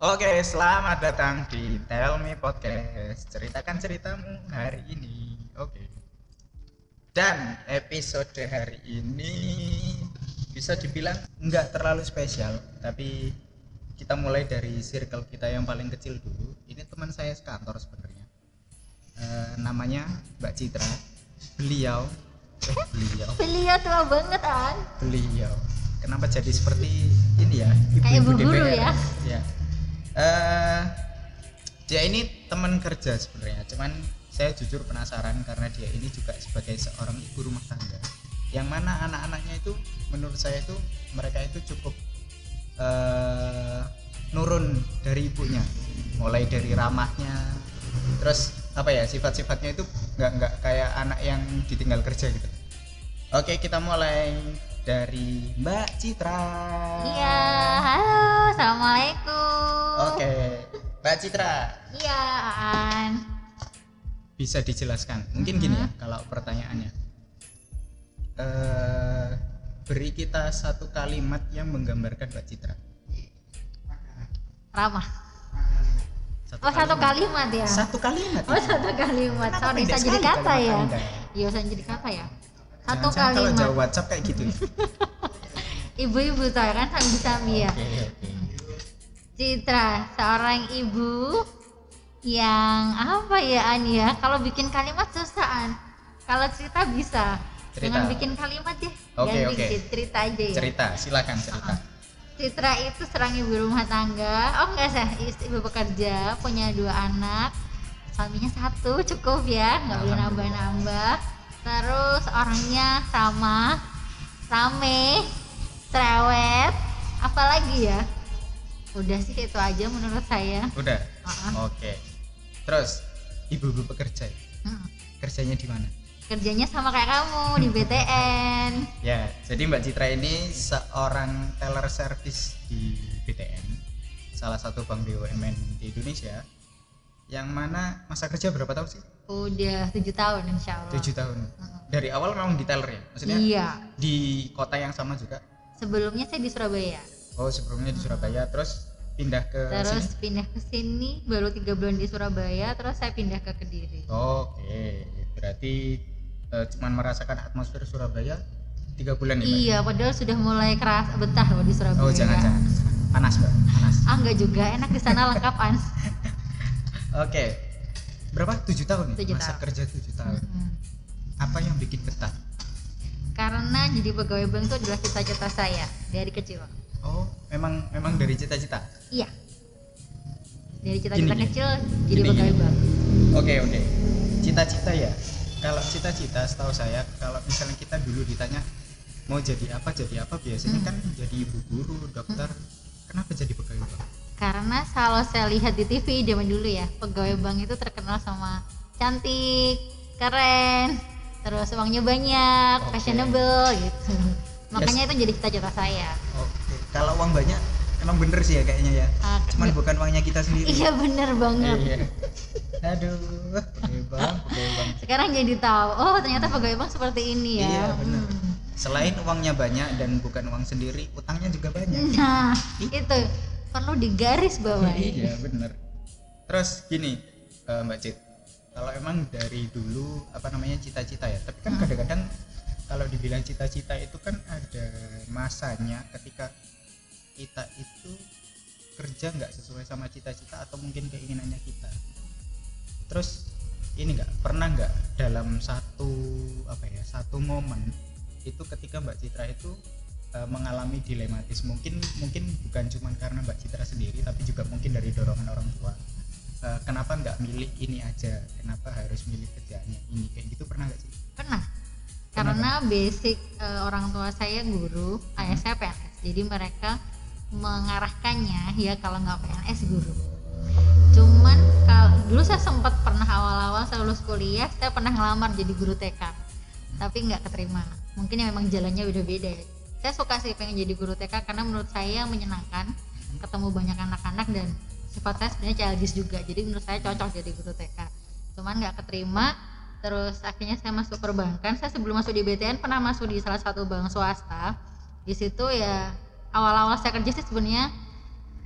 Oke, selamat datang di Tell Me Podcast. Ceritakan ceritamu hari ini. Oke. Dan episode hari ini bisa dibilang nggak terlalu spesial, tapi kita mulai dari circle kita yang paling kecil dulu. Ini teman saya sekantor sebenarnya. Namanya Mbak Citra. Beliau, Beliau tua banget An. beliau. Kenapa jadi seperti ini ya? Kayak ibu Ibu-ibu guru DPR. ya. Ya. Dia ini teman kerja sebenarnya, cuman saya jujur penasaran karena dia ini juga sebagai seorang ibu rumah tangga, yang mana anak-anaknya itu menurut saya itu mereka itu cukup nurun dari ibunya, mulai dari ramahnya, terus apa ya, sifat-sifatnya itu nggak kayak anak yang ditinggal kerja gitu. Oke, kita mulai dari Mbak Citra. Iya, halo, assalamualaikum. Oke, Mbak Citra, Iya An. bisa dijelaskan mungkin gini ya kalau pertanyaannya, beri kita satu kalimat yang menggambarkan Mbak Citra. Ramah. Satu kalimat ya. Satu kalimat Oh itu. satu kalimat. Kenapa Sorry, pendek bisa jadi sekali kata kalimat ya. Anda? Iya, bisa jadi kata ya. Satu Jangan-jangan kalau kalimat. jawab WhatsApp kayak gitu ya. Ibu-ibu tuh kan sambil-sambil ya. Oke. Citra, seorang ibu yang apa ya An ya? Kalau bikin kalimat susah An. Kalau cerita bisa. Cerita. Jangan bikin kalimat ya. Oke, Jangan oke. bikin cerita aja ya. Cerita, silakan cerita. Citra itu seorang ibu rumah tangga. Oh enggak sih, ibu bekerja, punya 2 anak. Suaminya 1 cukup ya, nggak boleh nambah-nambah. Terus orangnya ramah, rame, cerewet, apalagi ya? Udah sih itu aja menurut saya. Udah. Uh-uh. Oke. Terus ibu-ibu pekerja, Hmm. kerjanya di mana? Kerjanya sama kayak kamu di BTN. Ya, jadi Mbak Citra ini seorang teller service di BTN, salah satu bank BUMN di Indonesia, yang mana masa kerja berapa tahun sih? Udah 7 tahun insya Allah. 7 tahun. Dari awal memang di teller ya? Maksudnya Iya. di kota yang sama juga? Sebelumnya saya di Surabaya. Oh, sebelumnya di Surabaya, terus pindah ke Terus sini? pindah ke sini baru 3 bulan di Surabaya, terus saya pindah ke Kediri. Oke, berarti cuman merasakan atmosfer Surabaya 3 bulan ya, Mbak? Iya, padahal sudah mulai keras betah loh di Surabaya. Oh, jangan. Panas, Mbak, panas. Ah, enggak juga, enak di sana lengkap An. Oke. Berapa? 7 tahun nih? 7 Masa tahun. kerja 7 tahun. Mm-mm. Apa yang bikin betah? Karena jadi pegawai bank itu adalah cita-cita saya dari kecil. Oh, memang dari cita-cita. Iya. Dari cita-cita Gini. kecil jadi Gini, pegawai gini. bank. Oke. Cita-cita ya. Kalau cita-cita setahu saya, kalau misalnya kita dulu ditanya mau jadi apa biasanya kan jadi ibu guru, dokter. Kenapa jadi pegawai bank? Karena kalau saya lihat di TV zaman dulu ya, pegawai bank itu terkenal sama cantik, keren, terus uangnya banyak, Oke. fashionable gitu. Makanya itu jadi cita-cita saya. Oke. Kalau uang banyak emang bener sih ya kayaknya ya. Ah, Cuman bukan uangnya kita sendiri. Iya bener banget. Iya. Aduh, pegawai bank. Sekarang jadi tahu, oh ternyata pegawai bank seperti ini ya. Iya, bener. Selain uangnya banyak dan bukan uang sendiri, utangnya juga banyak. Nah, itu perlu digaris bawahi. Iya, bener. Terus gini, Mbak Cit, kalau emang dari dulu apa namanya cita-cita ya, tapi kan kadang-kadang kalau dibilang cita-cita itu kan ada masanya ketika kita itu kerja nggak sesuai sama cita-cita atau mungkin keinginannya kita. Terus ini pernah nggak dalam satu momen itu ketika Mbak Citra itu mengalami dilematis, mungkin bukan cuma karena Mbak Citra sendiri tapi juga mungkin dari dorongan orang tua, kenapa nggak milih ini aja, kenapa harus milih kerjaannya ini, kayak gitu pernah nggak sih? Pernah. Karena basic orang tua saya guru, ayah saya PNS. Jadi mereka mengarahkannya ya kalau nggak PNS guru. Cuman kalau dulu saya sempat pernah awal-awal saya lulus kuliah, saya pernah ngelamar jadi guru TK. Tapi nggak keterima. Mungkin ya memang jalannya beda-beda. Saya suka sih pengen jadi guru TK karena menurut saya menyenangkan, ketemu banyak anak-anak dan sifat saya sebenarnya childish juga. Jadi menurut saya cocok jadi guru TK. Cuman nggak keterima. Terus akhirnya saya masuk perbankan. Saya sebelum masuk di BTN pernah masuk di salah satu bank swasta. Di situ ya awal-awal saya kerja sih sebenarnya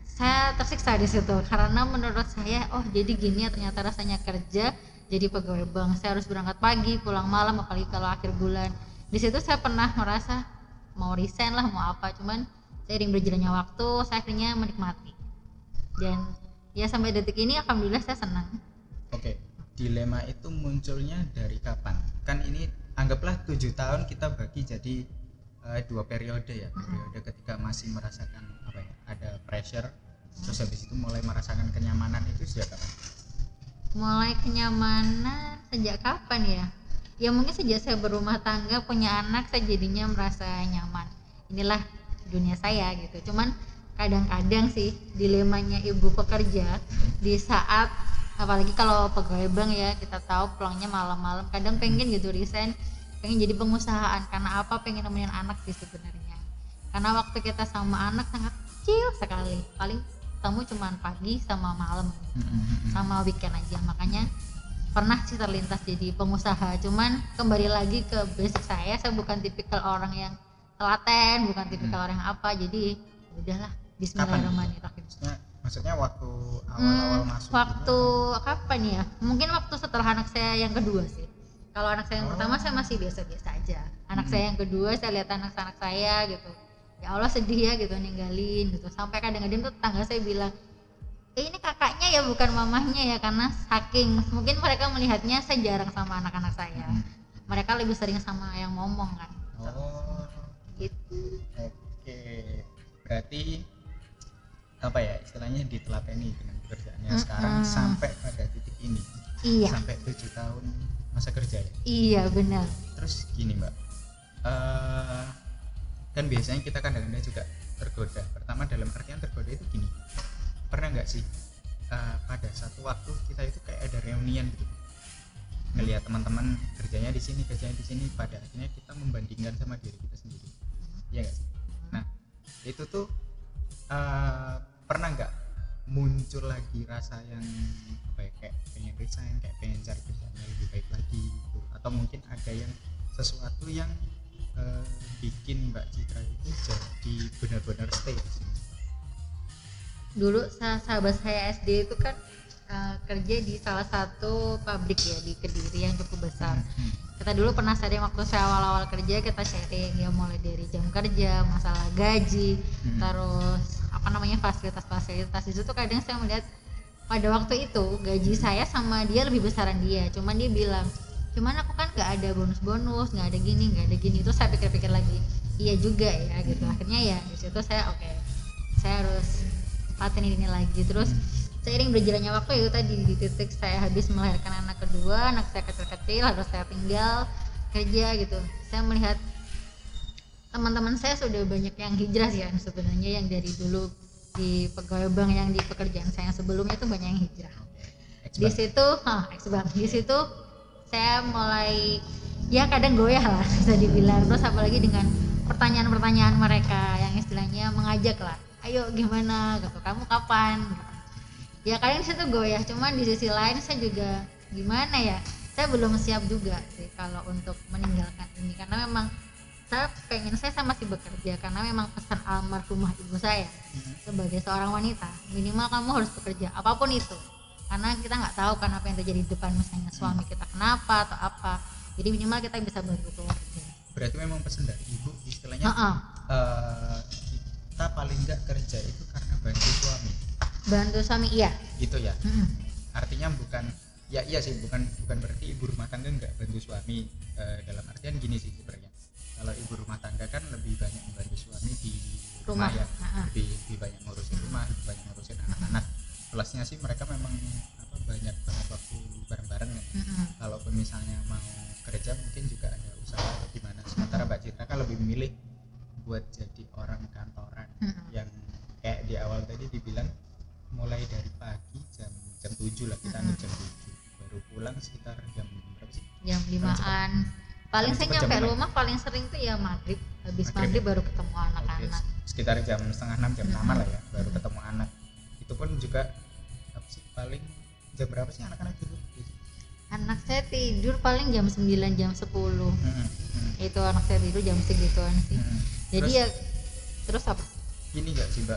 saya tersiksa di situ karena menurut saya oh jadi gini ya ternyata rasanya kerja jadi pegawai bank. Saya harus berangkat pagi pulang malam apalagi kalau akhir bulan. Di situ saya pernah merasa mau resign lah mau apa, cuman seiring berjalannya waktu saya akhirnya menikmati dan ya sampai detik ini alhamdulillah saya senang. Oke, dilema itu munculnya dari kapan? Kan ini anggaplah 7 tahun kita bagi jadi 2 periode ya. Periode ketika masih merasakan apa ya, ada pressure, terus habis itu mulai merasakan kenyamanan itu sejak kapan? Mulai kenyamanan sejak kapan ya? Ya mungkin sejak saya berumah tangga punya anak saya jadinya merasa nyaman. Inilah dunia saya gitu. Cuman kadang-kadang sih dilemanya ibu pekerja di saat apalagi kalau pegawai bank ya kita tahu pulangnya malam-malam kadang pengen gitu resign pengen jadi pengusahaan karena apa pengen nemenin anak sih sebenarnya karena waktu kita sama anak sangat kecil sekali paling ketemu cuman pagi sama malam sama weekend aja makanya pernah sih terlintas jadi pengusaha cuman kembali lagi ke basic saya bukan tipikal orang yang telaten bukan tipikal orang yang apa jadi udahlah bismillahirrahmanirrahim. Maksudnya waktu awal-awal masuk waktu kapan ya mungkin waktu setelah anak saya yang kedua sih kalau anak saya yang pertama saya masih biasa-biasa aja anak saya yang kedua saya lihat anak-anak saya gitu ya Allah sedih ya gitu ninggalin gitu sampai kadang-kadang tuh tetangga saya bilang ini kakaknya ya bukan mamahnya ya karena saking mungkin mereka melihatnya saya jarang sama anak-anak saya mereka lebih sering sama yang ngomong kan gitu. Oke, berarti apa ya istilahnya ditelateni dengan pekerjaannya sekarang sampai pada titik ini sampai 7 tahun masa kerja ya iya benar. Terus gini mbak kan biasanya kita kadang-kadang juga tergoda pertama dalam artian tergoda itu gini pernah nggak sih pada satu waktu kita itu kayak ada reunian gitu ngelihat teman-teman kerjanya di sini pada akhirnya kita membandingkan sama diri kita sendiri ya nggak sih nah itu tuh pernah nggak muncul lagi rasa yang apa ya kayak pengen resign kayak pengen cari kerjaan yang lebih baik lagi gitu atau mungkin ada yang sesuatu yang bikin Mbak Citra itu jadi benar-benar stay di sini. Dulu sahabat saya SD itu kan kerja di salah satu pabrik ya di Kediri yang cukup besar. Kita dulu pernah sharing waktu saya awal-awal kerja kita sharing ya mulai dari jam kerja, masalah gaji, terus apa namanya fasilitas-fasilitas di situ kadang saya melihat pada waktu itu gaji saya sama dia lebih besaran dia. Cuman dia bilang, "Cuman aku kan nggak ada bonus-bonus, nggak ada gini." Itu saya pikir-pikir lagi. Iya juga ya gitu. Akhirnya ya di situ saya oke. Saya harus paten ini lagi. Terus seiring berjalannya waktu itu tadi di titik saya habis melahirkan anak kedua, anak saya kecil-kecil harus saya tinggal kerja gitu. Saya melihat teman-teman saya sudah banyak yang hijrah sih ya sebenarnya yang dari dulu di pegawai bank yang di pekerjaan saya yang sebelumnya itu banyak yang hijrah. Di situ, ex-bank. Di situ saya mulai ya kadang goyah lah bisa dibilang. Terus apalagi dengan pertanyaan-pertanyaan mereka yang istilahnya mengajak lah. Ayo gimana gitu, kamu kapan? Gitu. Ya kadang di situ goyah, cuman di sisi lain saya juga gimana ya? Saya belum siap juga sih kalau untuk meninggalkan ini karena memang saya masih bekerja karena memang pesan almarhumah ibu saya sebagai seorang wanita minimal kamu harus bekerja apapun itu karena kita nggak tahu kan apa yang terjadi di depan misalnya suami kita kenapa atau apa jadi minimal kita bisa bantu keluarga. Berarti memang pesan dari ibu istilahnya kita paling nggak kerja itu karena bantu suami iya gitu ya. Artinya bukan ya iya sih bukan berarti ibu rumah tangga nggak bantu suami dalam artian gini sih sebenarnya kalau ibu rumah tangga kan lebih banyak membantu suami di rumah ya lebih banyak ngurusin rumah lebih banyak ngurusin anak-anak plusnya sih mereka memang banyak banget waktu bareng-bareng ya. Kalaupun misalnya mau kerja mungkin juga ada usaha atau gimana sementara Mbak Citra kan lebih memilih buat jadi orang kantoran yang kayak di awal tadi dibilang mulai dari pagi jam 7 lah kita jam 7 baru pulang sekitar jam berapa sih? Jam 5-an paling saya nyampe rumah paling sering tuh ya maghrib habis maghrib baru ketemu anak-anak sekitar jam 5:30 jam 6 lah ya baru ketemu anak itu pun juga apa sih paling jam berapa sih anak-anak tidur? Anak saya tidur paling jam 9 jam 10 itu anak saya tidur jam segituan sih jadi terus, ya terus apa? Gini gak sih Mbak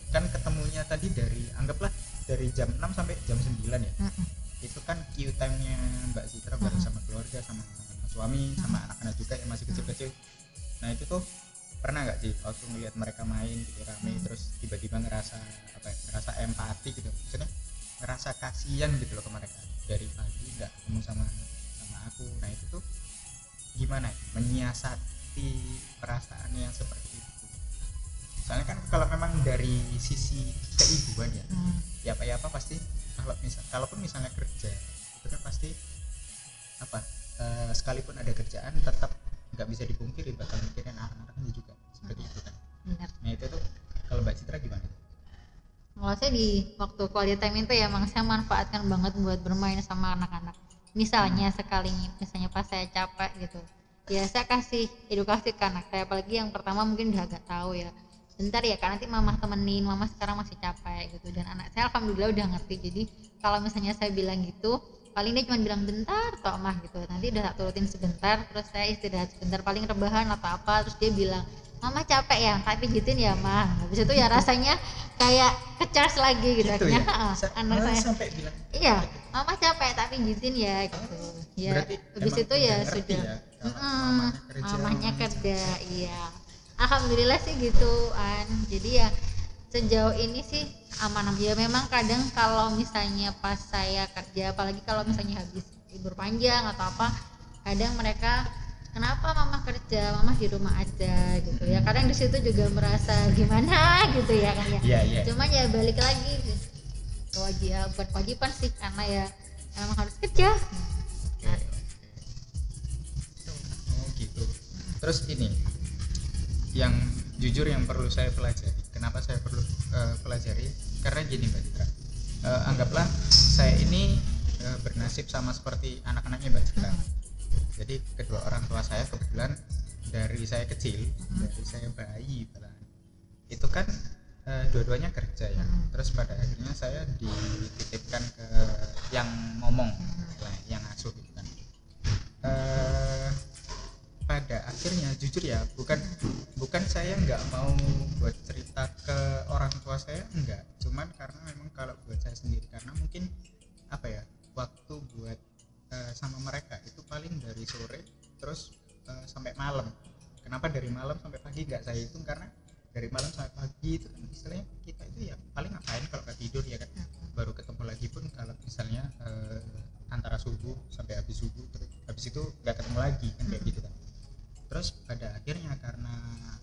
kan ketemunya tadi dari anggaplah dari jam 6 sampai jam 9 ya. Itu kan queue time-nya Mbak Citra bareng sama keluarga, sama suami, sama anak-anak juga yang masih kecil-kecil. Nah itu tuh pernah nggak sih waktu melihat mereka main gitu rame, terus tiba-tiba ngerasa apa ya, ngerasa empati gitu, maksudnya ngerasa kasihan gitu loh ke mereka, dari pagi nggak ketemu sama aku. Nah itu tuh gimana ya, menyiasati perasaan yang seperti itu. Soalnya kan kalau memang dari sisi keibuan ya, ya apa pasti kalaupun misalnya kerja itu kan pasti apa, sekalipun ada kerjaan tetap nggak bisa dipungkiri bakal mikirin anak-anaknya juga seperti itu kan. Benar. Nah itu tuh kalau Mbak Citra gimana? Kalau saya di waktu quality time itu ya emang saya manfaatkan banget buat bermain sama anak-anak. Misalnya misalnya pas saya capek gitu, ya saya kasih edukasi ke anak saya, apalagi yang pertama mungkin udah agak tahu ya, bentar ya kak nanti mama temenin, mama sekarang masih capek gitu. Dan anak saya alhamdulillah udah ngerti, jadi kalau misalnya saya bilang gitu paling dia cuma bilang bentar toh mah gitu, nanti udah tak turutin sebentar, terus saya istirahat sebentar paling rebahan atau apa, terus dia bilang mama capek ya tak pijitin ya mah. Habis itu ya rasanya kayak ke-charge lagi gitu, Gitu akhirnya ya? anak saya Sampai bilang iya mama capek tak pijitin ya gitu ya. berarti Habis emang itu ya udah ngerti sudah ya, kalau mamanya kerja iya alhamdulillah sih gitu jadi ya sejauh ini sih aman ya. Memang kadang kalau misalnya pas saya kerja, apalagi kalau misalnya habis libur panjang atau apa, kadang mereka kenapa mama kerja, mama di rumah aja gitu ya. Kadang di situ juga merasa gimana gitu ya kan ya. Iya. Cuma ya balik lagi bukan kewajiban sih, karena ya emang harus kerja. Oh gitu. Terus ini yang jujur yang perlu saya pelajari. Kenapa saya perlu pelajari? Karena gini Mbak Citra, anggaplah saya ini bernasib sama seperti anak-anaknya Mbak Citra. Jadi kedua orang tua saya kebetulan dari saya kecil, dari saya bayi itu kan dua-duanya kerja ya. Terus pada akhirnya saya dititipkan ke yang ngomong, yang asuh gitu kan. Pada akhirnya jujur ya, bukan saya nggak mau buat cerita ke orang tua saya, enggak, cuman karena memang kalau buat saya sendiri, karena mungkin apa ya, waktu buat sama mereka itu paling dari sore terus sampai malam. Kenapa dari malam sampai pagi nggak saya hitung, karena dari malam sampai pagi itu kan istilahnya kita itu ya paling ngapain kalau nggak tidur ya kan. Baru ketemu lagi pun kalau misalnya antara subuh sampai habis subuh, terus habis itu nggak ketemu lagi kan, kayak gitu kan. Terus pada akhirnya karena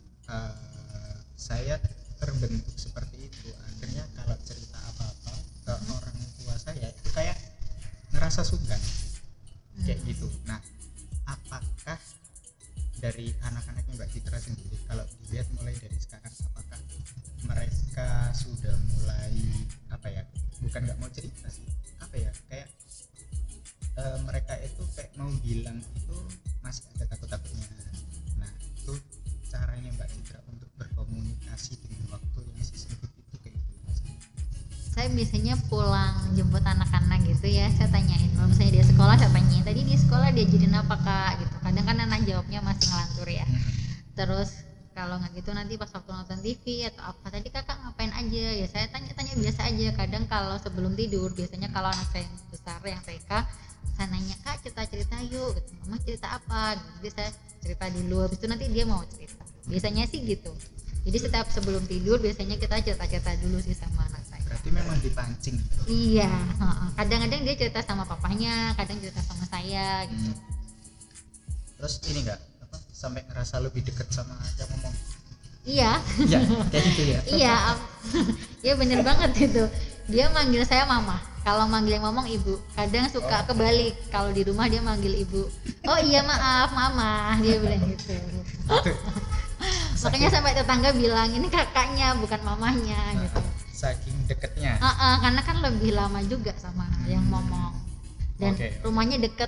saya terbentuk seperti itu, akhirnya kalau cerita apa-apa ke orang tua saya itu kayak ngerasa sungkan kayak gitu. Nah apakah dari anak-anaknya Mbak Citra sendiri, kalau dilihat mulai dari sekarang, apakah mereka sudah mulai apa ya, bukan nggak mau cerita sih, apa ya, kayak mereka itu kayak mau bilang itu masih ada takut-takutnya. Nah itu caranya Mbak Citra untuk berkomunikasi dengan waktu yang sesempit itu kayak gitu. Saya biasanya pulang jemput anak-anak gitu ya, saya tanyain kalau misalnya dia sekolah, saya tanyain tadi di sekolah diajarin apa kak gitu. Kadang kan anak jawabnya masih ngelantur ya. Terus kalau nggak gitu nanti pas waktu nonton TV atau apa, tadi kakak ngapain aja ya, saya tanya biasa aja. Kadang kalau sebelum tidur, biasanya kalau anak saya besar yang TK, saya nanya kak cerita yuk gitu. Mama cerita apa gitu. Jadi saya cerita dulu, habis itu nanti dia mau cerita, biasanya sih gitu. Jadi setiap sebelum tidur biasanya kita cerita dulu sih sama anak saya. Berarti memang dipancing. Iya, kadang-kadang dia cerita sama papanya, kadang cerita sama saya gitu. Terus ini enggak apa, sampai ngerasa lebih dekat sama yang ngomong? Iya. Iya, kayak gitu ya. Iya, iya bener banget itu. Dia manggil saya mama, kalau manggil yang ngomong ibu. Kadang suka kebalik, kalau di rumah dia manggil ibu. Oh iya maaf mama, dia bilang gitu. Makanya sampai tetangga bilang ini kakaknya bukan mamanya gitu. Saking deketnya. Karena kan lebih lama juga sama yang ngomong dan rumahnya deket.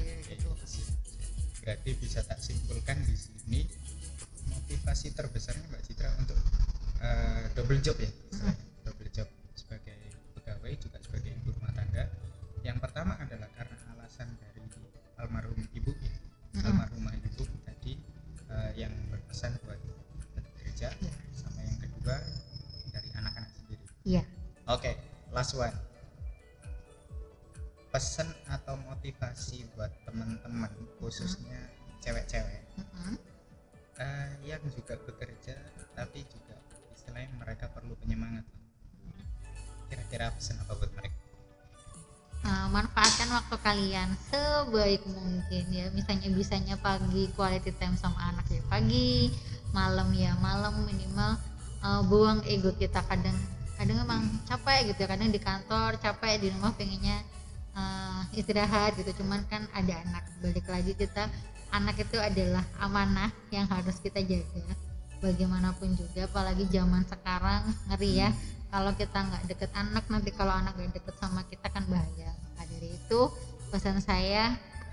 Berarti bisa tak simpulkan di sini motivasi terbesarnya Mbak Citra untuk double job ya, double job sebagai pegawai juga sebagai ibu rumah tangga. Yang pertama adalah karena alasan dari almarhum ibu ya, almarhumah ibu tadi yang berpesan buat kerja, sama yang kedua dari anak-anak Iya. Oke, last one. Pesan atau motivasi buat teman-teman khususnya cewek-cewek Mm-mm. yang juga bekerja tapi juga istilahnya mereka perlu penyemangat. Kira-kira pesan apa buat mereka? Manfaatkan waktu kalian sebaik mungkin ya, misalnya bisanya pagi quality time sama anak ya pagi, malam ya malam, minimal buang ego kita. Kadang kadang emang capek gitu ya, kadang di kantor capek, di rumah pengennya istirahat gitu, cuman kan ada anak. Balik lagi, kita anak itu adalah amanah yang harus kita jaga bagaimanapun juga, apalagi zaman sekarang ngeri ya. Kalau kita nggak deket anak, nanti kalau anak nggak deket sama kita kan bahaya. Maka dari itu pesan saya,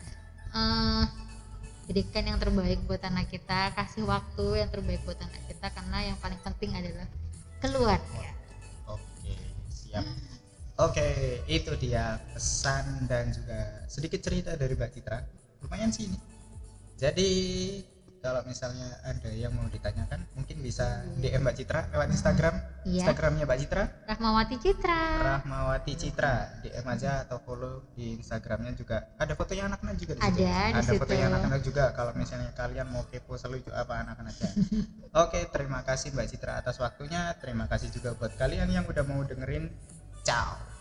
berikan yang terbaik buat anak kita, kasih waktu yang terbaik buat anak kita, karena yang paling penting adalah keluarga. Oke, siap. Oke, itu dia pesan dan juga sedikit cerita dari Mbak Citra. Lumayan sih ini. Jadi kalau misalnya ada yang mau ditanyakan, mungkin bisa DM Mbak Citra lewat Instagram. Iya. Instagramnya Mbak Citra, Rahmawati Citra. Rahmawati Citra. DM aja atau follow di Instagramnya juga. Ada fotonya anak-anak juga di situ. Ada di Ada situ. fotonya anak-anak juga. Kalau misalnya kalian mau kepo selucu apa anak-anaknya. Oke, terima kasih Mbak Citra atas waktunya. Terima kasih juga buat kalian yang udah mau dengerin. Ciao.